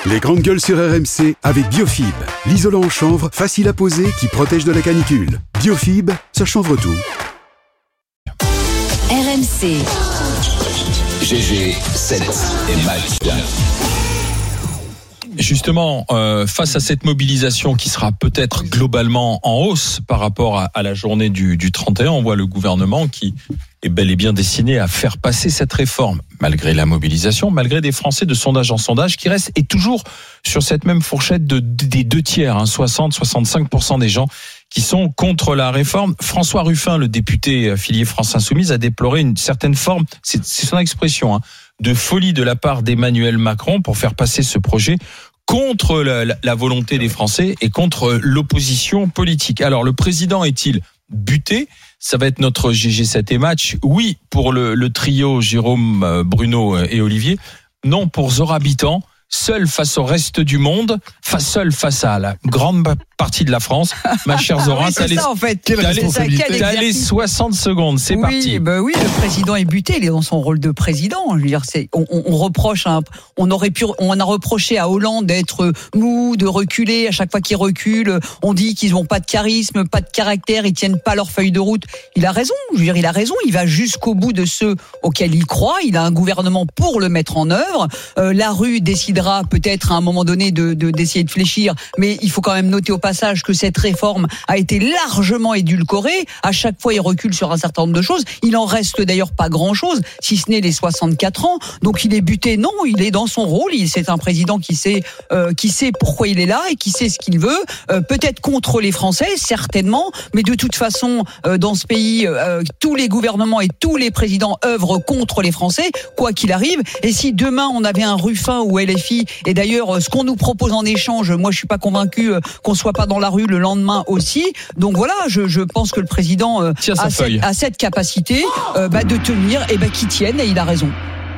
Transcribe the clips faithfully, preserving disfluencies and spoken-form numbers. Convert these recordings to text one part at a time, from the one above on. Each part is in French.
Les grandes gueules sur R M C avec Biofib, l'isolant en chanvre facile à poser qui protège de la canicule. Biofib, ça chanvre tout. R M C. G G, sept et Match. Justement, euh, face à cette mobilisation qui sera peut-être globalement en hausse par rapport à, à la journée du, du trente et un, on voit le gouvernement qui est bel et bien destiné à faire passer cette réforme, malgré la mobilisation, malgré des Français de sondage en sondage qui restent, et toujours sur cette même fourchette de, des deux tiers, hein, soixante à soixante-cinq pour cent des gens qui sont contre la réforme. François Ruffin, le député affilié France Insoumise, a déploré une certaine forme, c'est, c'est son expression, hein, de folie de la part d'Emmanuel Macron pour faire passer ce projet contre la, la, la volonté des Français et contre l'opposition politique. Alors, le président est-il buté ? Ça va être notre G G sept et Match. Oui, pour le, le trio Jérôme, Bruno et Olivier. Non, pour Zora Bitan. Seul face au reste du monde, face seul face à la grande partie de la France. Ma chère Zora, oui, t'as, les, ça, en fait. t'as, les, t'as les soixante secondes, c'est oui, parti. Bah oui, le président est buté, il est dans son rôle de président. Je veux dire, c'est, on, on reproche, un, on aurait pu, on a reproché à Hollande d'être mou, de reculer à chaque fois qu'il recule. On dit qu'ils n'ont pas de charisme, pas de caractère, ils tiennent pas leur feuille de route. Il a raison, je veux dire, il a raison. Il va jusqu'au bout de ceux auxquels il croit. Il a un gouvernement pour le mettre en œuvre. Euh, la rue décidera peut-être à un moment donné de, de, d'essayer de fléchir, mais il faut quand même noter au passage que cette réforme a été largement édulcorée. À chaque fois, il recule sur un certain nombre de choses. Il en reste d'ailleurs pas grand-chose, si ce n'est les soixante-quatre ans. Donc il est buté. Non, il est dans son rôle. Il, c'est un président qui sait, euh, qui sait pourquoi il est là et qui sait ce qu'il veut. Euh, peut-être contre les Français, certainement, mais de toute façon, euh, dans ce pays, euh, tous les gouvernements et tous les présidents œuvrent contre les Français, quoi qu'il arrive. Et si demain on avait un Ruffin ou L F I, et d'ailleurs ce qu'on nous propose en échange, moi je suis pas convaincu qu'on soit pas dans la rue le lendemain aussi. Donc voilà, je, je pense que le président euh, a, cette, a cette capacité euh, bah, de tenir et bah, qu'il tienne, et il a raison.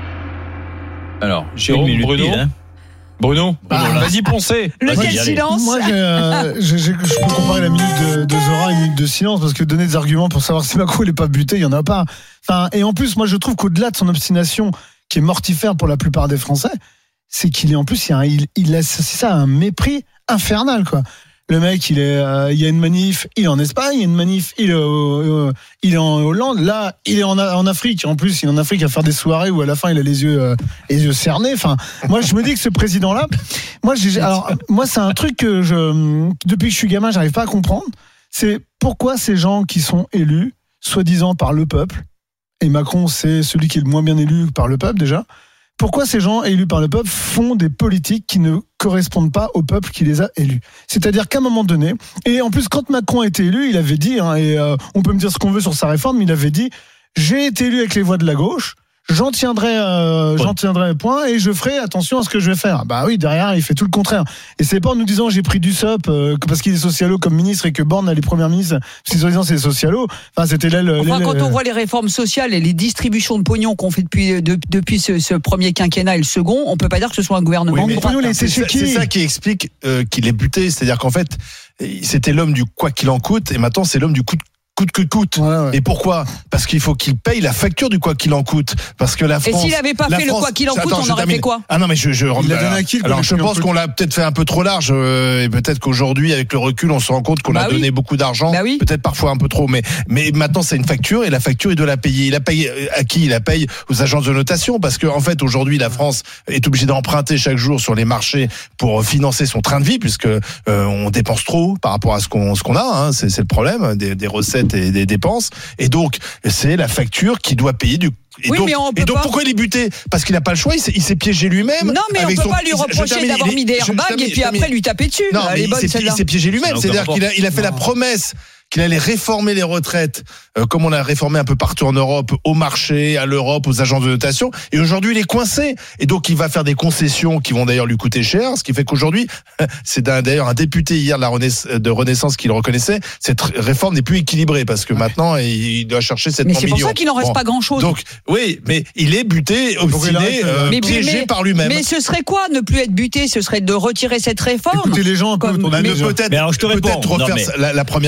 Alors Jérôme, Bruno pile, hein. Bruno, ah, Bruno vas-y poncez. Lequel silence? Moi, j'ai, euh, j'ai, j'ai, je peux comparer la minute de, de Zora à une minute de silence, parce que donner des arguments pour savoir si Macron n'est pas buté, il y en a pas. Enfin, et en plus, moi, je trouve qu'au-delà de son obstination, qui est mortifère pour la plupart des Français, c'est qu'il est en plus, il, a, il, il associe ça à un mépris infernal, quoi. Le mec, il est, euh, il y a une manif, il est en Espagne, il y a une manif, il est, euh, il est en Hollande. Là, il est en, en Afrique. En plus, il est en Afrique à faire des soirées où à la fin, il a les yeux, euh, les yeux cernés. Enfin, moi, je me dis que ce président-là, moi, j'ai, alors, moi, c'est un truc que je, depuis que je suis gamin, j'arrive pas à comprendre. C'est pourquoi ces gens qui sont élus, soi-disant par le peuple, et Macron, c'est celui qui est le moins bien élu par le peuple déjà. Pourquoi ces gens élus par le peuple font des politiques qui ne correspondent pas au peuple qui les a élus? C'est-à-dire qu'à un moment donné, et en plus quand Macron a été élu, il avait dit, hein, et euh, on peut me dire ce qu'on veut sur sa réforme, mais il avait dit « J'ai été élu avec les voix de la gauche, j'en tiendrai, euh, j'en tiendrai point et je ferai attention à ce que je vais faire. » Bah oui, derrière, il fait tout le contraire. Et c'est pas en nous disant j'ai pris du S O P euh, parce qu'il est socialo comme ministre et que Borne a les premières ministres, parce qu'ils disant c'est socialo. Enfin, c'était là le. Enfin, l'aile, quand euh... on voit les réformes sociales et les distributions de pognon qu'on fait depuis, de, depuis ce, ce premier quinquennat et le second, on peut pas dire que ce soit un gouvernement oui, de droite. Pognon, c'est, chez ça, qui c'est ça qui explique euh, qu'il est buté. C'est-à-dire qu'en fait, c'était l'homme du quoi qu'il en coûte et maintenant c'est l'homme du coup de coûte que coûte. Ouais, ouais. Et pourquoi ? Parce qu'il faut qu'il paye la facture du quoi qu'il en coûte. Parce que la France. Et s'il n'avait pas fait France, le quoi qu'il en coûte, attends, on aurait fait quoi ? Ah non, mais je, je Il l'a donné à qui, alors je pense qu'on l'a peut-être fait un peu trop large euh, et peut-être qu'aujourd'hui, avec le recul, on se rend compte qu'on bah a oui. donné beaucoup d'argent. Bah oui. Peut-être parfois un peu trop, mais mais maintenant c'est une facture et la facture il doit la payer. Il la paye à qui ? Il la paye aux agences de notation parce que en fait aujourd'hui la France est obligée d'emprunter chaque jour sur les marchés pour financer son train de vie puisque euh, on dépense trop par rapport à ce qu'on ce qu'on a. Hein, c'est, c'est le problème des, des recettes et des dépenses. Et donc, c'est la facture qui doit payer du. Et oui, donc, mais on peut et donc pas... pourquoi il est buté ? Parce qu'il n'a pas le choix, il s'est, il s'est piégé lui-même. Non, mais on ne peut son... pas lui reprocher termine, d'avoir mis des airbags et puis après lui taper dessus. Non, mais il, bonne, s'est, il s'est piégé lui-même. C'est-à-dire qu'il a, il a fait non. la promesse qu'il allait réformer les retraites, euh, comme on l'a réformé un peu partout en Europe, au marché, à l'Europe, aux agences de notation. Et aujourd'hui, il est coincé. Et donc, il va faire des concessions qui vont d'ailleurs lui coûter cher. Ce qui fait qu'aujourd'hui, c'est d'ailleurs un député hier de, la Renaissance, de Renaissance qui le reconnaissait, cette réforme n'est plus équilibrée parce que maintenant, il doit chercher sept cents millions. Mais c'est pour ça qu'il n'en reste bon. pas grand-chose. Donc, oui, mais il est buté, obstiné, euh, mais, piégé mais, par lui-même. Mais ce serait quoi, ne plus être buté ? Ce serait de retirer cette réforme. Écoutez les gens, comme... mais, mais, peut-être, mais alors, je te peut-être refaire non, mais... la, la première réforme. Non,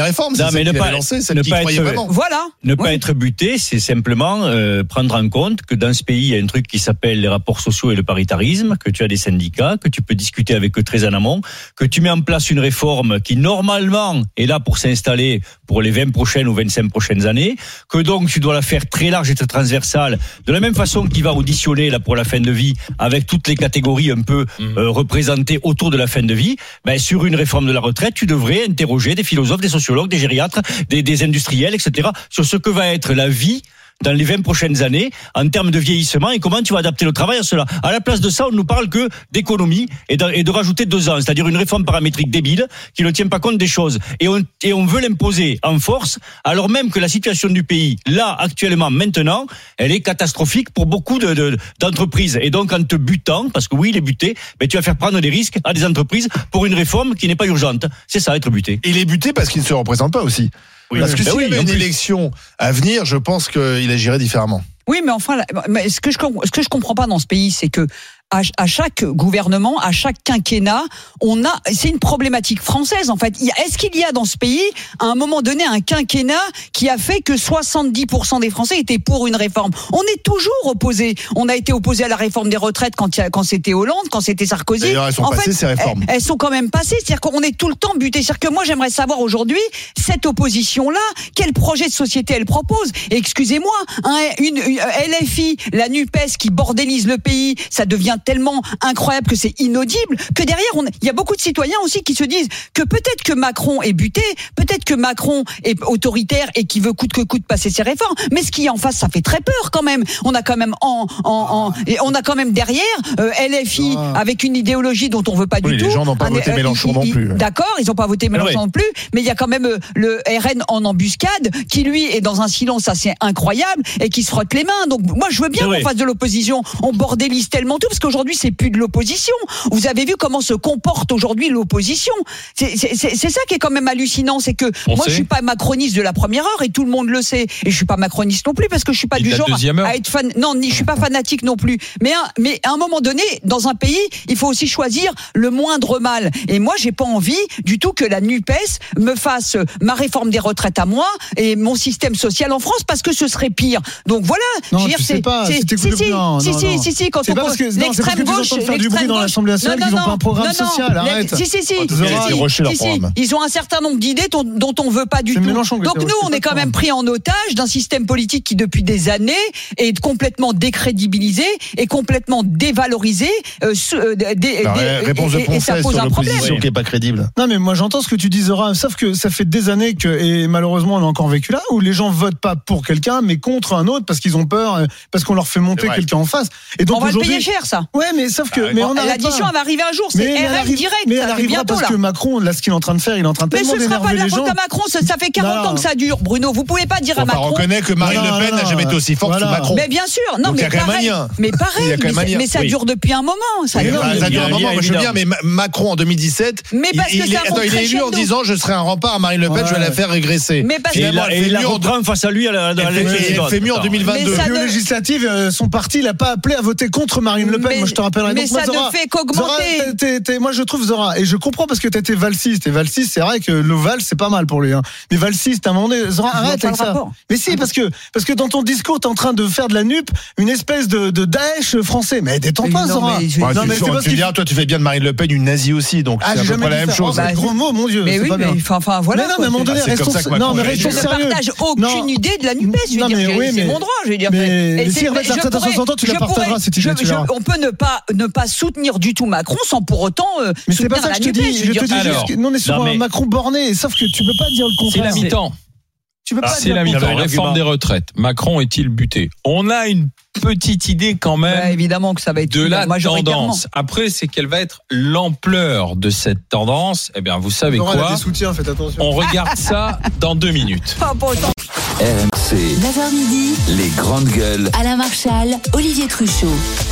celle mais qu'il ne pas, avait lancée, celle ne qui pas croyait être, vraiment. Voilà. ne pas Oui. être buté, c'est simplement euh, prendre en compte que dans ce pays, il y a un truc qui s'appelle les rapports sociaux et le paritarisme, que tu as des syndicats, que tu peux discuter avec eux très en amont, que tu mets en place une réforme qui normalement est là pour s'installer pour les vingt prochaines ou vingt-cinq prochaines années, que donc tu dois la faire très large et très transversale, de la même façon qu'il va auditionner là pour la fin de vie, avec toutes les catégories un peu euh, représentées autour de la fin de vie. Ben, sur une réforme de la retraite, tu devrais interroger des philosophes, des sociologues, des gériatres, des, des industriels, et cetera, sur ce que va être la vie dans les vingt prochaines années, en termes de vieillissement, et comment tu vas adapter le travail à cela. À la place de ça, on nous parle que d'économie et de, et de rajouter deux ans, c'est-à-dire une réforme paramétrique débile qui ne tient pas compte des choses. Et on, et on veut l'imposer en force, alors même que la situation du pays, là, actuellement, maintenant, elle est catastrophique pour beaucoup de, de, d'entreprises. Et donc, en te butant, parce que oui, il est buté, mais tu vas faire prendre des risques à des entreprises pour une réforme qui n'est pas urgente. C'est ça, être buté. Il est buté parce qu'il ne se représente pas aussi. Oui, Parce que ben s'il oui, y avait en une plus. élection à venir, je pense qu'il agirait différemment. Oui, mais enfin, mais ce que je ce que je comprends pas dans ce pays, c'est que à, à chaque gouvernement, à chaque quinquennat, on a, c'est une problématique française en fait. Est-ce qu'il y a dans ce pays, à un moment donné, un quinquennat qui a fait que soixante-dix pour cent des Français étaient pour une réforme? On est toujours opposé. On a été opposé à la réforme des retraites quand, il y a, quand c'était Hollande, quand c'était Sarkozy. D'ailleurs, elles sont en passées, fait, ces réformes. Elles, elles sont quand même passées. C'est-à-dire qu'on est tout le temps buté. C'est-à-dire que moi, j'aimerais savoir aujourd'hui, cette opposition-là, quel projet de société elle propose? Et excusez-moi, hein, une, une L F I, la NUPES qui bordélise le pays, ça devient tellement incroyable que c'est inaudible, que derrière, on, il y a beaucoup de citoyens aussi qui se disent que peut-être que Macron est buté, peut-être que Macron est autoritaire et qui veut coûte que coûte passer ses réformes, mais ce qu'il y a en face, ça fait très peur quand même. On a quand même en, en, en et on a quand même derrière euh, L F I Ah. avec une idéologie dont on veut pas Oui, du les tout. gens n'ont pas Un- voté euh, Mélenchon il- non il- plus. D'accord, ils n'ont pas voté Mélenchon oui. non plus, mais il y a quand même euh, le R N en embuscade qui lui est dans un silence assez incroyable et qui se frotte les mains. Donc moi je veux bien C'est qu'on vrai. fasse de l'opposition, on bordélise tellement tout parce qu'aujourd'hui c'est plus de l'opposition. Vous avez vu comment se comporte aujourd'hui l'opposition. C'est, c'est, c'est, c'est ça qui est quand même hallucinant, c'est que On moi sait. je suis pas macroniste de la première heure et tout le monde le sait. Et je suis pas macroniste non plus parce que je suis pas Et de du la genre deuxième heure. à être fan. Non, ni, je suis pas fanatique non plus. Mais, un, mais à un moment donné, dans un pays, il faut aussi choisir le moindre mal. Et moi, j'ai pas envie du tout que la NUPES me fasse ma réforme des retraites à moi et mon système social en France parce que ce serait pire. Donc voilà. Non, Je veux dire, tu sais c'est- pas, c'est- si t'écoutes si, le si, plan, si, non, si, non. si, si, quand C'est on pas parce que- non, c'est parce que l'extrême tu gauche, entends faire du bruit l'extrême dans gauche- l'Assemblée nationale Non, qu'ils non, ont pas un programme non, non. social, arrête. Si, si, si. Oh, vous avez Si, été rushé leur si, si. programme. Ils ont un certain nombre d'idées dont, dont on veut pas du C'est tout. Mélenchon qui Donc était nous, rushé, on pas est quand toi. même pris en otage d'un système politique qui, depuis des années, est complètement décrédibilisé et complètement dévalorisé. Euh, sous- euh, dé- dé- La dé- ré- réponse de et- et- et ça Poncet pose sur un problème. l'opposition qui est pas crédible. Non mais moi j'entends ce que tu dis Zora, sauf que ça fait des années que, et malheureusement on a encore vécu là, où les gens votent pas pour quelqu'un mais contre un autre parce qu'ils ont peur, euh, parce qu'on leur fait monter C'est vrai. quelqu'un en face. Et donc On va le aujourd'hui, payer cher, ça. ouais mais sauf que, mais on n'arrête L'addition, pas. elle va arriver un jour. C'est Mais elle R M arrive- direct. mais ça elle fait arrivera bientôt, parce là. que Macron, là ce qu'il est en train de faire, il est en train Mais tellement ce sera pas d'énerver de la les faute gens. à Macron. Ça ça fait quarante Non. ans que ça dure, Bruno. Vous pouvez pas dire à Enfin, Macron. reconnaît que Marine Non, Le Pen non, n'a jamais été aussi forte voilà. que Macron. Mais bien sûr, non, Donc, il y mais a quand même pareil, un lien. mais Il y a pareil, quand même mais, un lien. mais ça Oui. dure depuis un moment. Ça Oui, dure enfin, depuis- ça il y a dure un un moment, lien moi je veux bien, évident. mais Ma- Macron en deux mille dix-sept, Mais parce il, que il, ça attends, monte il est élu en crescendo. disant je serai un rempart à Marine Le Pen, Ouais. je vais la faire régresser. Mais parce Et que- il Finalement, a- elle et fait il la mieux en- reprend face à lui à la, à la Elle fait- l'élection elle suivante. fait mieux en deux mille vingt-deux. Mais ça Puis aux ne- législatives, euh, son parti, il a pas appelé à voter contre Marine Le Pen. Mais- moi, je te rappellerai. mais Donc, moi, ça ne Zora- fait qu'augmenter. Zora, t'es- t'es- moi, je trouve Zora, et je comprends parce que t'étais valsiste. Et valsiste, c'est vrai que le val, c'est pas mal pour lui. Hein. Mais valsiste, à un moment donné, Zora, Je vois arrête pas avec le ça. rapport. Mais si, parce que parce que dans ton discours, t'es en train de faire de la nupe une espèce de, de Daesh français. Mais détends Mais pas, non, Zora. mais je- Ouais, non, tu, mais tu, c'est parce tu qu'il- diras, toi tu fais bien de Marine Le Pen une nazie aussi, donc Ah, c'est à j'ai peu jamais près la dit même ça. chose. Oh, bah, gros mot, mon Dieu. Mais c'est oui, pas mais bien. enfin, enfin, voilà. Mais non, quoi. mais à un moment donné, C'est comme restons ça que Macron non, mais est Je restons élu. ne sérieux. partage aucune Non. idée de la NUPES. Je veux Non, dire, mais c'est oui, c'est mais- mon droit. Je veux dire. mais- Et mais c'est- si, remettre la je retraite à pourrais- soixante ans, tu la je partageras, pourrais- cette idée, je- tu je- verras. On peut ne pas ne pas soutenir du tout Macron sans pour autant euh, Mais c'est pas soutenir ça la que je te NUPES. dis. Je Je veux te dire, dis Alors, juste que- non, on est sur non, un mais- Macron borné, sauf que tu peux pas dire le C'est la contraire. mi-temps. Tu peux pas C'est dire la le mi-temps. contraire. un Réforme argument. des retraites. Macron est-il buté? On a une petite idée quand même. bah, évidemment que ça va être De la majoritairement. tendance. Après, c'est quelle va être l'ampleur de cette tendance? Eh bien, vous savez Zora, elle a quoi? des soutiens, faites attention. On regarde ça dans deux minutes. Pas pour autant. R M C, neuf heures midi, les grandes gueules. Alain Marchal, Olivier Truchot.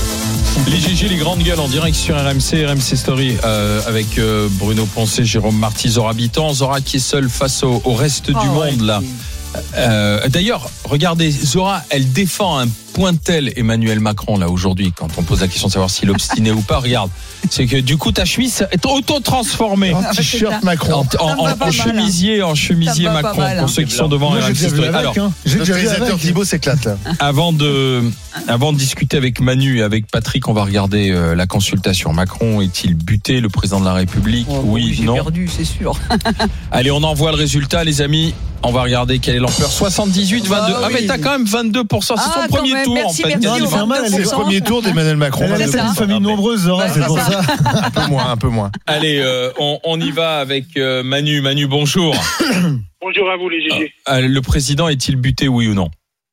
Les G G, les grandes gueules en direct sur R M C, R M C Story, euh, avec euh, Bruno Poncet, Jérôme Marty, Zora Habitant. Zora qui est seul face au, au reste Ah du ouais, monde, là. c'est- Euh, d'ailleurs, regardez, Zora, elle défend un point tel Emmanuel Macron là aujourd'hui quand on pose la question de savoir s'il est obstiné ou pas. Regarde, c'est que du coup ta chemise est auto-transformée En t-shirt Macron. en, en, en, en chemisier, en chemisier Ça me va pas Macron mal, hein. pour ceux qui sont devant Moi, un j'ai déjà vu historique. avec, Alors, hein. J'ai Le déjà vu réalisateur avec. Thibaut s'éclate là. avant de, avant de discuter avec Manu et avec Patrick, on va regarder euh, la consultation. Macron est-il buté, le président de la République? Oh, Oui, j'ai non. perdu, c'est sûr. Allez, on envoie le résultat, les amis. On va regarder quelle est l'ampleur. soixante-dix-huit, vingt-deux. Bah Ah, mais oui. t'as quand même vingt-deux pour cent. C'est Ah, son quand premier même. tour, Merci, en fait. merci, Non, il au fait un mal, elle est- C'est le premier tour d'Emmanuel Macron. Elle a C'est laissé ça. une famille nombreuse, Zora, Ouais, c'est c'est pour ça. ça. Un peu moins, un peu moins. Allez, euh, on, on y va avec euh, Manu. Manu, bonjour. Bonjour à vous les G G. Euh, le président est-il buté, oui ou non?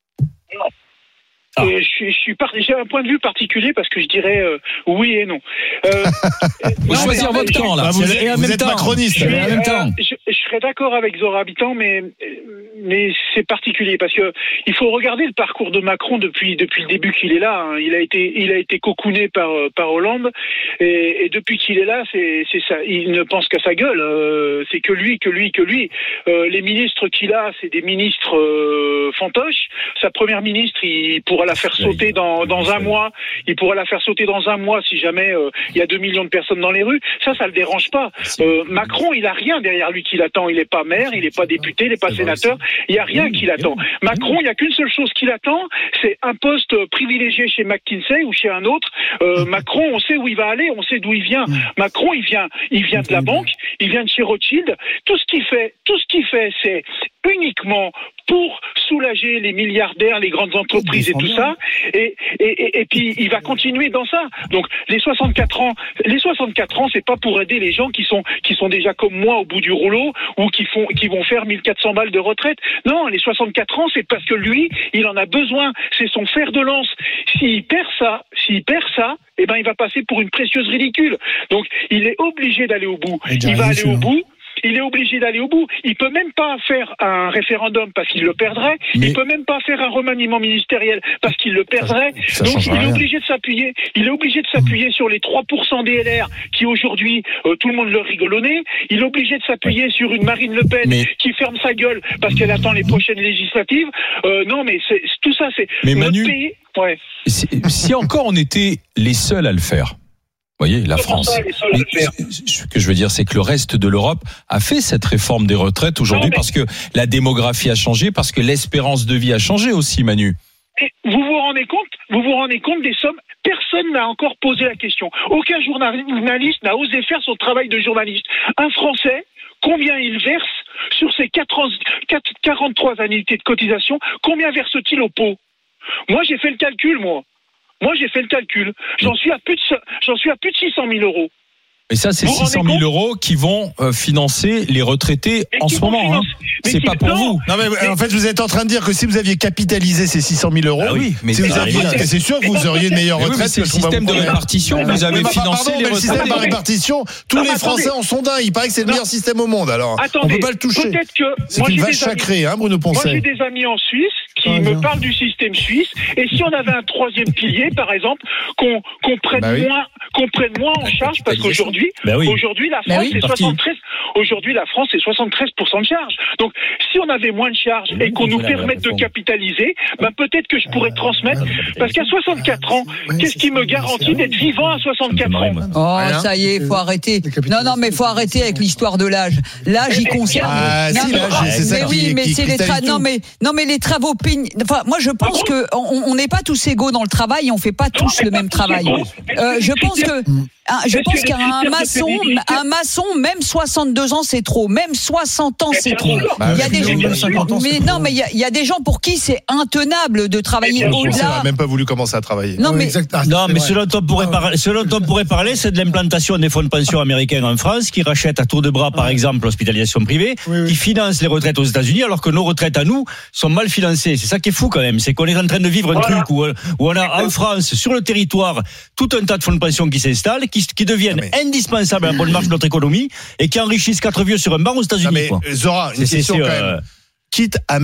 Ah. Euh, je suis, je suis par- j'ai un point de vue particulier parce que je dirais euh, oui et non. Euh, Faut non, choisir mais- votre je- camp, là. Ah, vous C'est- êtes, et en vous même êtes temps, macroniste. Je, Mais en même temps. je, je serais d'accord avec Zora Habitant, mais mais c'est particulier parce que il faut regarder le parcours de Macron depuis depuis le début qu'il est là. Hein. Il a été il a été cocooné par par Hollande et, et depuis qu'il est là, c'est c'est ça. Il ne pense qu'à sa gueule. Euh, c'est que lui, que lui, que lui. Euh, les ministres qu'il a, c'est des ministres euh, fantoches. Sa première ministre, il pourra la faire sauter dans dans un mois. Il pourra la faire sauter dans un mois si jamais euh, il y a deux millions de personnes dans les rues. Ça, ça le dérange pas. Euh, Macron, il a rien derrière lui qui l'attend. Il n'est pas maire, il n'est pas député, il n'est pas sénateur. Il y a rien qui l'attend. Macron, il y a qu'une seule chose qui l'attend, c'est un poste privilégié chez McKinsey ou chez un autre. Euh, Macron, on sait où il va aller, on sait d'où il vient. Macron, il vient, il vient de la banque, il vient de chez Rothschild. Tout ce qu'il fait, tout ce qu'il fait, c'est uniquement pour soulager les milliardaires, les grandes entreprises et tout ça. Et, et, et, et puis il va continuer dans ça. Donc les soixante-quatre ans, les soixante-quatre ans, c'est pas pour aider les gens qui sont qui sont déjà comme moi au bout du rouleau ou qui font qui vont faire mille quatre cents balles de retraite. Non, les soixante-quatre ans, c'est parce que lui, il en a besoin. C'est son fer de lance. S'il perd ça, s'il perd ça, eh ben il va passer pour une précieuse ridicule. Donc il est obligé d'aller au bout. Et Il va aller au sûr. bout. Il est obligé d'aller au bout. Il peut même pas faire un référendum parce qu'il le perdrait. Mais- Il peut même pas faire un remaniement ministériel parce qu'il le perdrait. Ça Donc change il est rien. obligé de s'appuyer. Il est obligé de s'appuyer sur les trois pour cent des L R qui aujourd'hui euh, tout le monde leur rigole au nez. Il est obligé de s'appuyer sur une Marine Le Pen Mais- qui ferme sa gueule parce qu'elle attend les prochaines législatives. Euh, non mais c'est tout ça c'est. Mais notre Manu- pays- ouais. Si, si encore on était les seuls à le faire. Vous voyez, la Comment France. ça, les seuls à le Mais faire ce que je veux dire, c'est que le reste de l'Europe a fait cette réforme des retraites aujourd'hui Non, mais- parce que la démographie a changé, parce que l'espérance de vie a changé aussi, Manu. Et vous vous rendez compte, vous vous rendez compte des sommes. Personne n'a encore posé la question. Aucun journaliste n'a osé faire son travail de journaliste. Un Français, combien il verse sur ses quarante-trois annuités de cotisation, combien verse-t-il au pot? Moi, j'ai fait le calcul, moi. Moi, j'ai fait le calcul. J'en suis à plus de, j'en suis à plus de six cent mille euros. Et ça, c'est Vous vous six cent rendez mille compte euros qui vont euh, financer les retraités Et en qui ce vont moment. Hein. financer- mais C'est qui- pas pour non. vous. Non mais en fait vous êtes en train de dire que si vous aviez capitalisé ces six cent mille euros, Ah oui, mais si vous ça aviez- arrive. c'est sûr que vous auriez une meilleure Mais oui, mais retraite. c'est le parce qu'on va système vous de promettre. répartition. Vous avez Mais bah, financé pardon, les mais le système retraités. par répartition, tous Non, les mais Français attendez. en sont dingues. Il paraît que c'est le Non. meilleur système au monde. Alors, Attendez, on peut pas le toucher. peut-être que C'est moi une j'ai vache des amis- sacrée, hein, Bruno Moi, Poncet. j'ai des amis en Suisse qui Ah, me bien. parlent du système suisse. Et si on avait un troisième pilier, par exemple, qu'on qu'on prenne Bah oui. moins, qu'on prenne moins en charge, parce qu'aujourd'hui, Bah oui. aujourd'hui la Bah France oui, c'est parti. soixante-treize. Aujourd'hui, la France c'est soixante-treize pour cent de charge. Donc, si on avait moins de charges et qu'on nous permette de capitaliser, ben peut-être que je pourrais transmettre. Parce qu'à soixante-quatre ans, qu'est-ce qui me garantit d'être vivant à soixante-quatre ans? Oh, Rien. ça y est, faut arrêter. Les capitalistes. Non, non, mais faut arrêter avec l'histoire de l'âge. L'âge, il concerne. Ah, non, si, mais, l'âge, c'est ça mais qui- oui, mais qui c'est les tra- cristallise non, tout. mais non, mais les travaux peignent. Enfin, moi, je pense que on on n'est pas tous égaux dans le travail. Et on fait pas tous le même travail. Euh, je pense que. un- Je pense qu'un maçon, un maçon, même soixante-deux ans, c'est trop. Même soixante ans, c'est trop. Bah Il y a oui, des bien gens, sûr. mais non, mais il y a, il y a des gens pour qui c'est intenable de travailler Bruno Poncet au-delà. n'a même pas voulu commencer à travailler. Non, Ouais, mais exact. Ah, Non, c'est mais vrai. ce dont on pourrait parler, ce dont on pourrait parler, c'est de l'implantation des fonds de pension américains en France, qui rachètent à tour de bras, par exemple, l'hospitalisation privée, Oui, oui. qui financent les retraites aux États-Unis, alors que nos retraites à nous sont mal financées. C'est ça qui est fou quand même, c'est qu'on est en train de vivre un Voilà. truc où, où on a en France, sur le territoire, tout un tas de fonds de pension qui s'installent, qui, qui deviennent Non, mais- indispensables à la bonne marche de notre économie et qui enrichissent quatre vieux sur un banc aux Non, États-Unis. mais quoi. Zora, une C'est- c'est- question c'est, quand euh, même. Quitte à mettre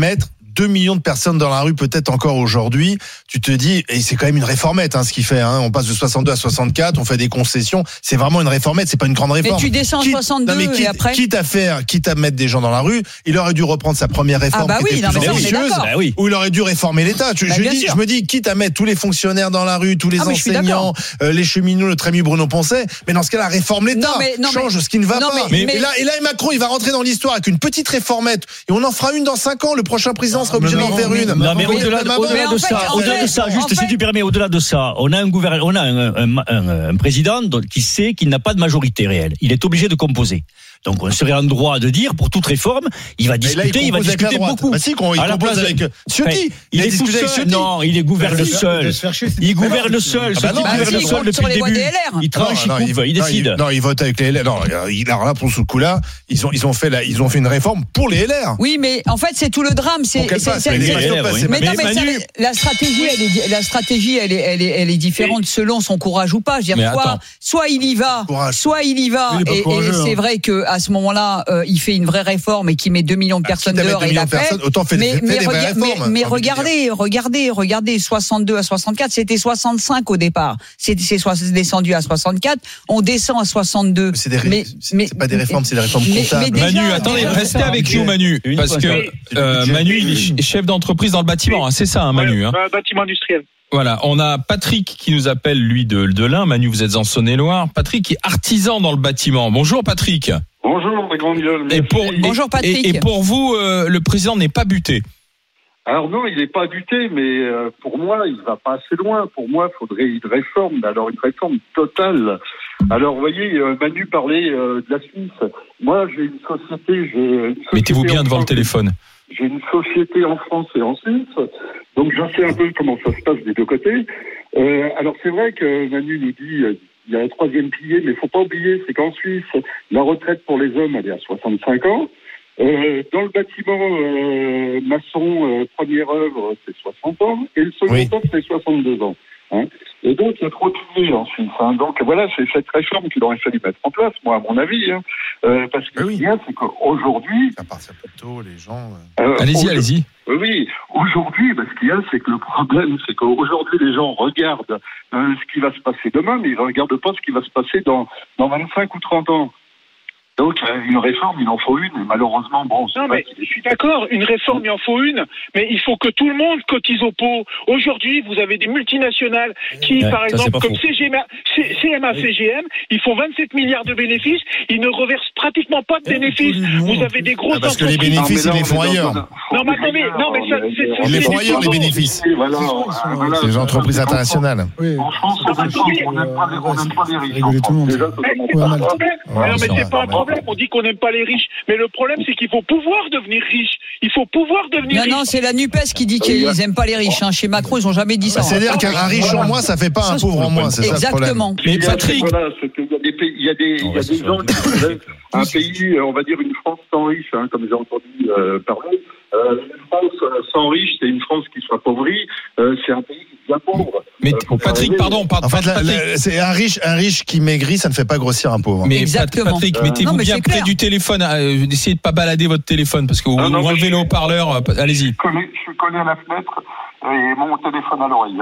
deux millions de personnes dans la rue, peut-être encore aujourd'hui, tu te dis, et c'est quand même une réformette, hein, ce qu'il fait, hein, on passe de soixante-deux à soixante-quatre, on fait des concessions, c'est vraiment une réformette, c'est pas une grande réforme. Mais tu descends à soixante-deux, non, mais quitte, et après quitte à faire, quitte à mettre des gens dans la rue, il aurait dû reprendre sa première réforme, ah bah qui oui, était non, plus mais ça, ambitieuse, bah oui. où il aurait dû réformer l'État. Je, bah, je, dis, je me dis, quitte à mettre tous les fonctionnaires dans la rue, tous les ah, enseignants, euh, les cheminots, le très mieux Bruno Poncet, mais dans ce cas-là, réforme l'État, non, mais, non, change mais, ce qui ne va non, pas. Mais, mais, et, là, et là, Macron, il va rentrer dans l'histoire avec une petite réformette, et on en fera une dans cinq ans. Le prochain président sera obligé d'en faire une. Non, mais au-delà, mais au-delà de en ça, fait, au-delà en de ça, fait, juste en fait, si tu permets, au-delà de ça, on a un gouvernement, on a un, un, un, un président qui sait qu'il n'a pas de majorité réelle. Il est obligé de composer. Donc on serait en droit de dire, pour toute réforme, il va discuter, là, il, il va discuter beaucoup. Bah si, quand il à la compose place avec de... Ciotti. Il, il a est tout discuté seul. avec Ciotti. Non, il est gouverne seul. Il gouverne seul. Ah bah non, il gouverne si, seul il depuis sur le les voix début. des L R. Il tranche, non, il coupe, non, il décide. Non, il, non, il vote avec les L R. Non, il, alors là, pour ce coup-là, ils ont, ils ont fait la, ils ont fait une réforme pour les L R. Oui, mais en fait, c'est tout le drame. C'est, Pour qu'elle c'est, passe, c'est, mais c'est, les L R, oui. mais non, mais Manu- ça, la stratégie, elle est, la stratégie, elle est, elle est, elle est différente selon son courage ou pas. Je veux Mais dire, soit, attends. soit il y va, Courage. soit il y va, Il est pas et, et courageux, c'est hein. vrai que à ce moment-là, euh, il fait une vraie réforme et qui met deux millions de personnes Quitte à mettre dehors deux et il millions a de fait. personnes, autant fait, Mais, fait mais, des vraies regarde- mais, réformes. mais j'ai envie de regardez, regardez, regardez, soixante-deux à soixante-quatre, c'était soixante-cinq au départ. C'est, c'est, so- c'est descendu à soixante-quatre, on descend à soixante-deux. dire. C'est des, ré- Mais- c'est, mais- c'est pas des réformes, c'est des réformes mais- comptables. mais déjà- Manu, attendez, déjà, restez c'est avec budget. nous, Manu, Une parce fois, que c'est du euh, budget. Manu, il est chef d'entreprise dans le bâtiment, hein, c'est ça, hein, Manu. Hein. Ouais, bâtiment industriel. Voilà, on a Patrick qui nous appelle, lui, de, de l'Ain. Manu, vous êtes en Saône-et-Loire. Patrick est artisan dans le bâtiment. Bonjour, Patrick. Bonjour, mes grandes gueules. Et pour, Bonjour, et- Patrick. Et, et pour vous, euh, le président n'est pas buté. Alors non, il n'est pas buté, mais euh, pour moi, il va pas assez loin. Pour moi, il faudrait une réforme, alors une réforme totale. Alors, vous voyez, euh, Manu parlait euh, de la Suisse. Moi, j'ai une société... J'ai une société Mettez-vous bien en devant le France. téléphone. J'ai une société en France et en Suisse, donc je sais un peu comment ça se passe des deux côtés. Euh, alors c'est vrai que Manu nous dit euh, il y a un troisième pilier, mais il faut pas oublier, c'est qu'en Suisse, la retraite pour les hommes, elle est à soixante-cinq ans. Euh, dans le bâtiment euh, maçon, euh, première œuvre, c'est soixante ans, et le second Oui. œuvre, c'est soixante-deux ans. Hein. Et donc, il y a trop de piliers en Suisse. Hein. Donc, voilà, c'est cette réforme qu'il aurait fallu mettre en place, moi, à mon avis. Hein. Euh, parce que Oui, oui. ce qu'il y a, c'est qu'aujourd'hui... À partir plus tôt, les gens. euh, euh, Allez-y, aujourd'hui- allez-y. oui, aujourd'hui, ben, ce qu'il y a, c'est que le problème, c'est qu'aujourd'hui, les gens regardent euh, ce qui va se passer demain, mais ils ne regardent pas ce qui va se passer dans, dans vingt-cinq ou trente ans. Donc, euh, une réforme, il en faut une, et malheureusement, bon, c'est Non, pas mais qu'il je suis d'accord, une réforme, il en faut une, mais il faut que tout le monde cotise au pot. Aujourd'hui, vous avez des multinationales qui, Ouais, par ça, c'est exemple, pas comme faux. C G M A, C- C M A, C G M, ils font vingt-sept milliards de bénéfices, ils ne reversent pratiquement pas de bénéfices. Vous avez des grosses Ah, parce que les entreprises. bénéfices, ils les font ailleurs. Non, mais attendez, non, mais ça, c'est- Ils les font c'est ailleurs, les des bénéfices. Voilà, sont- voilà. C'est les entreprises internationales. Oui. En France, Non, mais attendez, on n'aime pas les- on n'aime pas les riches. rigoler en tout le monde. France. Déjà, ça Mais commence c'est pas Ouais, un mal. problème. Ouais, non, mais ils c'est sont pas un normaux. problème. On dit qu'on n'aime pas les riches. Mais le problème, c'est qu'il faut pouvoir devenir riche. Il faut pouvoir devenir Non, riche. non, c'est la NUPES qui dit qu'ils aiment pas les riches. Hein. Chez Macron, ils ont jamais dit ça. Bah, C'est-à-dire qu'un un riche en moins, ça fait pas un pauvre en moins, c'est ça le problème. Exactement. Mais Il y a- Patrick, voilà, c'est qu'il y a des pays, il y a des, il y a des gens qui voudraient un pays, euh, on va dire une France sans riches, hein, comme j'ai entendu euh, parler. Euh, une France euh, sans riches, c'est une France qui s'appauvrit. Euh, c'est un pays qui devient pauvre. mais Euh, faut pas Patrick, rêver. pardon, pardon. En fait, la- Patrick, la- c'est un riche, un riche qui maigrit, ça ne fait pas grossir un pauvre. mais Pat- Exactement. Patrick, Euh, mettez-vous non, mais bien c'est près clair. du téléphone. euh, Essayez de pas balader votre téléphone parce que vous, Ah, non, vous mais enlevez je- le haut-parleur. euh, Allez-y. Je connais, je suis collé à la fenêtre et mon téléphone à l'oreille.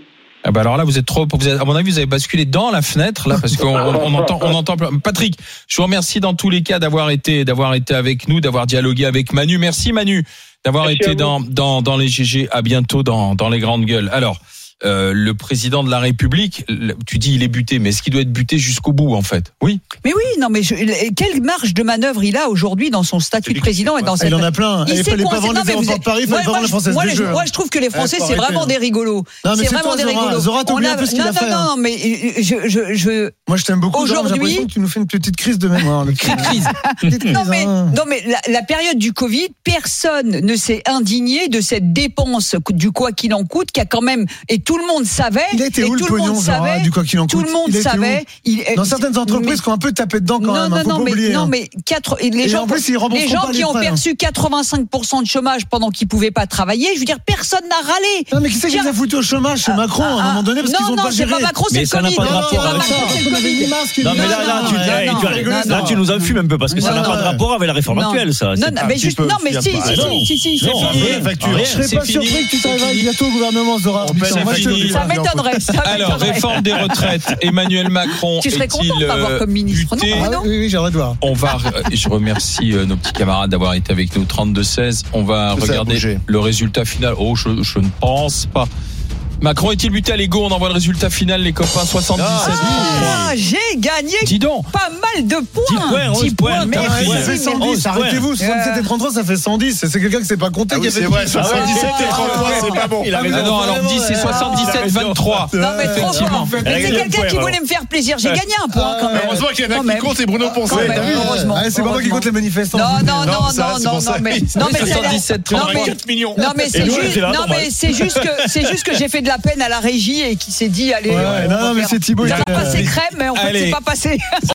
Ah bah alors là, vous êtes trop. Vous êtes, à mon avis, vous avez basculé dans la fenêtre là parce qu'on on, on entend, on entend. Patrick, je vous remercie dans tous les cas d'avoir été, d'avoir été avec nous, d'avoir dialogué avec Manu. Merci Manu d'avoir Merci été à dans, dans dans les G G. À bientôt dans dans les grandes gueules. Alors. Euh, le président de la République, le- tu dis il est buté, mais est-ce qu'il doit être buté jusqu'au bout en fait? Oui. Mais oui, non, mais je, quelle marge de manœuvre il a aujourd'hui dans son statut de président et dans Ah, cette. il en a plein. Il Il sait fallait quoi, pas vendre non, les mais vous aéroports êtes- de Paris, il moi, fallait pas moi, vendre la je- Française moi, des je- Jeux. Moi, je trouve que les Français, faut c'est arrêter, vraiment hein. des rigolos. Non, mais C'est c'est vraiment toi, des Zora. rigolos. Zora, t'oublies On un peu ce qu'il non, a fait, Non, hein. non, mais je, je, je, Moi, je t'aime beaucoup. Genre, j'ai Aujourd'hui- l'impression que tu nous fais une petite crise de mémoire. là. Crise. Petite crise, Non mais, hein. non mais la, la période du Covid, personne ne s'est indigné de cette dépense du quoi qu'il en coûte qui a quand même et tout le monde savait. Il a été et où le tout le pognon, monde Zora, savait. du quoi qu'il en Tout coûte le monde Il a été savait. Il, Dans certaines entreprises mais- qui ont un peu tapé dedans quand non, même, non, hein, faut non, pas mais, oublier. non, hein. mais quatre, et les Et gens, en plus, ils rembourseront les gens pas qui les ont frais, hein. perçu quatre-vingt-cinq pour cent de chômage pendant qu'ils pouvaient pas travailler, je veux dire, personne n'a râlé. Non, mais qui c'est qui les a foutus au chômage? C'est Macron, à un moment donné, parce non, qu'ils ont non, pas c'est géré. pas Macron, c'est Mais le ça n'a Covid. pas de Non, rapport c'est pas avec Macron, ça. c'est le Covid. Non, mais là, là, tu, non, là, non, tu, non, là, non, tu nous enfumes un peu parce que ça non, n'a pas de non, rapport avec la réforme non. actuelle, ça. Non, C'est non, un mais petit juste, peu- non, mais si, Ah, si, non. si, si, si, Non, c'est fini. rien, facture. rien, Je serais c'est pas fini. surpris que tu t'arrives C'est fini. bientôt au gouvernement, Zora. On paie Putain, les moi, je te le factures. dis. Ça m'étonnerait, ça Alors, m'étonnerait. réforme des retraites. Emmanuel Macron Tu serais est-il content de m'avoir euh, comme ministre, non, buté Ah, Ah, oui, oui, j'aimerais te voir. On va, je remercie euh, nos petits camarades d'avoir été avec nous. trente-deux seize. On va Ça a regarder bougé. le résultat final. Oh, je, je ne pense pas. Macron est-il buté à l'ego? On envoie le résultat final, les copains. soixante-dix-sept. Ah, j'ai gagné Dis donc. pas mal de points. dix points, onze dix points. merci, Ah, ça fait merci. cent dix, arrêtez-vous, soixante-dix et trente-trois, ça fait cent dix. C'est quelqu'un qui s'est pas compté Ah qui oui, a fait c'est vrai, dix. soixante-dix-sept et trente-trois, c'est pas bon. Il a Ah raison. non, alors dix, c'est soixante-dix-sept vingt-trois. Non, mais trop Effectivement. fort. Mais c'est quelqu'un qui voulait me faire plaisir. J'ai gagné un point quand même. Heureusement qu'il y en a Quand qui même. comptent, c'est Bruno Poncet. Quand même, T'as vu heureusement. Ah, c'est pas moi qui compte les manifestants. Non, non, Non, non, ça, non, c'est non, pour ça. non, mais, non, mais c'est soixante-dix-sept, non, mais- quatre millions. non, mais c'est Et nous, on juste, était là, non, normal. mais c'est juste que, c'est juste que j'ai fait de la peine à la régie et qui s'est dit, allez, Ouais, on non, va non, mais faire- c'est Thibaut. ça il va a- passer crème, mais en fait, Allez. c'est pas passé.